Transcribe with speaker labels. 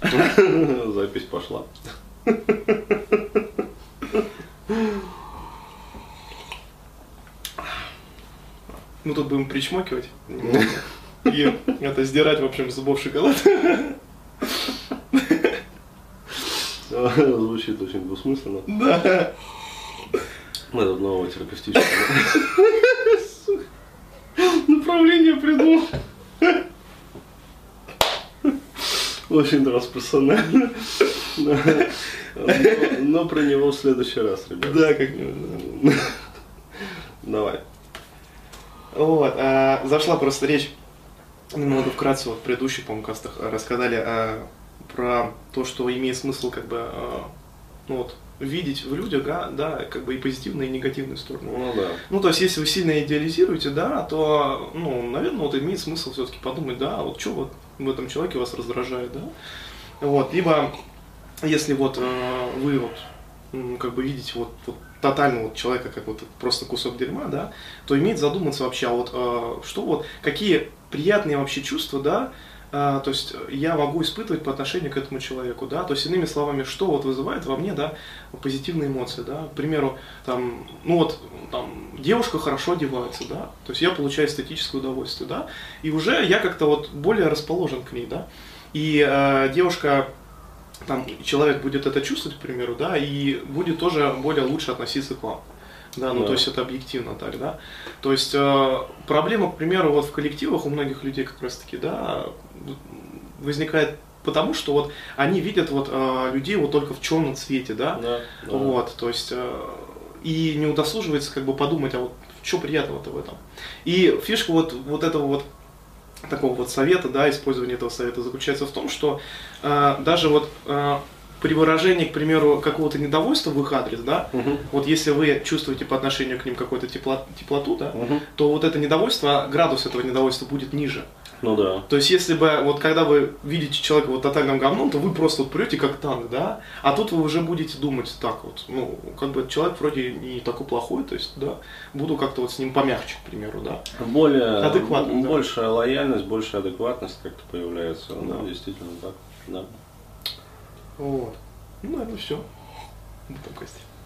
Speaker 1: Запись пошла.
Speaker 2: Мы тут будем причмокивать и это сдирать, в общем, с зубов шоколад.
Speaker 1: Звучит очень двусмысленно.
Speaker 2: Да.
Speaker 1: Это нового терапевтического
Speaker 2: Направление придумал.
Speaker 1: очень распространено. Но про него в следующий раз, ребята.
Speaker 2: Да, как-нибудь.
Speaker 1: Давай.
Speaker 2: Вот, зашла просто речь, немного вкратце, вот в предыдущих, по-моему, кастах рассказали про то, что имеет смысл как бы, ну вот, видеть в людях, да, как бы и позитивные, и негативные стороны.
Speaker 1: Ну да.
Speaker 2: Ну, то есть, если вы сильно идеализируете, да, то, ну, наверное, вот имеет смысл все-таки подумать, да, вот что вот в этом человеке вас раздражает, да. Вот, либо, если вот вы вот, как бы видите вот тотально вот человека как вот просто кусок дерьма, да, то имеет задуматься вообще, вот, что вот, какие приятные вообще чувства, да, то есть я могу испытывать по отношению к этому человеку, да, то есть иными словами, что вот вызывает во мне, да, позитивные эмоции, да, к примеру, там, ну вот, там, девушка хорошо одевается, да, то есть я получаю эстетическое удовольствие, да, и уже я как-то вот более расположен к ней, да, и девушка, там, человек будет это чувствовать, к примеру, да, и будет тоже более лучше относиться к вам. Да, ну, то есть это объективно так, да. То есть проблема, к примеру, вот в коллективах у многих людей как раз таки, да, возникает потому, что вот они видят вот людей вот только в черном цвете, да, вот, то есть и не удосуживается как бы подумать, а вот что приятного-то в этом. И фишка вот этого вот такого вот совета, да, использование этого совета заключается в том, что даже вот при выражении, к примеру, какого-то недовольства в их адрес, да, вот если вы чувствуете по отношению к ним какую-то теплоту, да, то вот это недовольство, градус этого недовольства будет ниже.
Speaker 1: Ну да.
Speaker 2: То есть, если бы, вот когда вы видите человека вот тотальным говном, то вы просто вот прете как танк, да, а тут вы уже будете думать так вот, ну, как бы человек вроде не такой плохой, то есть, да, буду как-то вот с ним помягче, к примеру, да.
Speaker 1: Более,
Speaker 2: адекватно,
Speaker 1: большая лояльность, большая адекватность как-то появляется,
Speaker 2: Да.
Speaker 1: да, действительно так, да.
Speaker 2: Вот. Ну, наверное, все. В этом касте.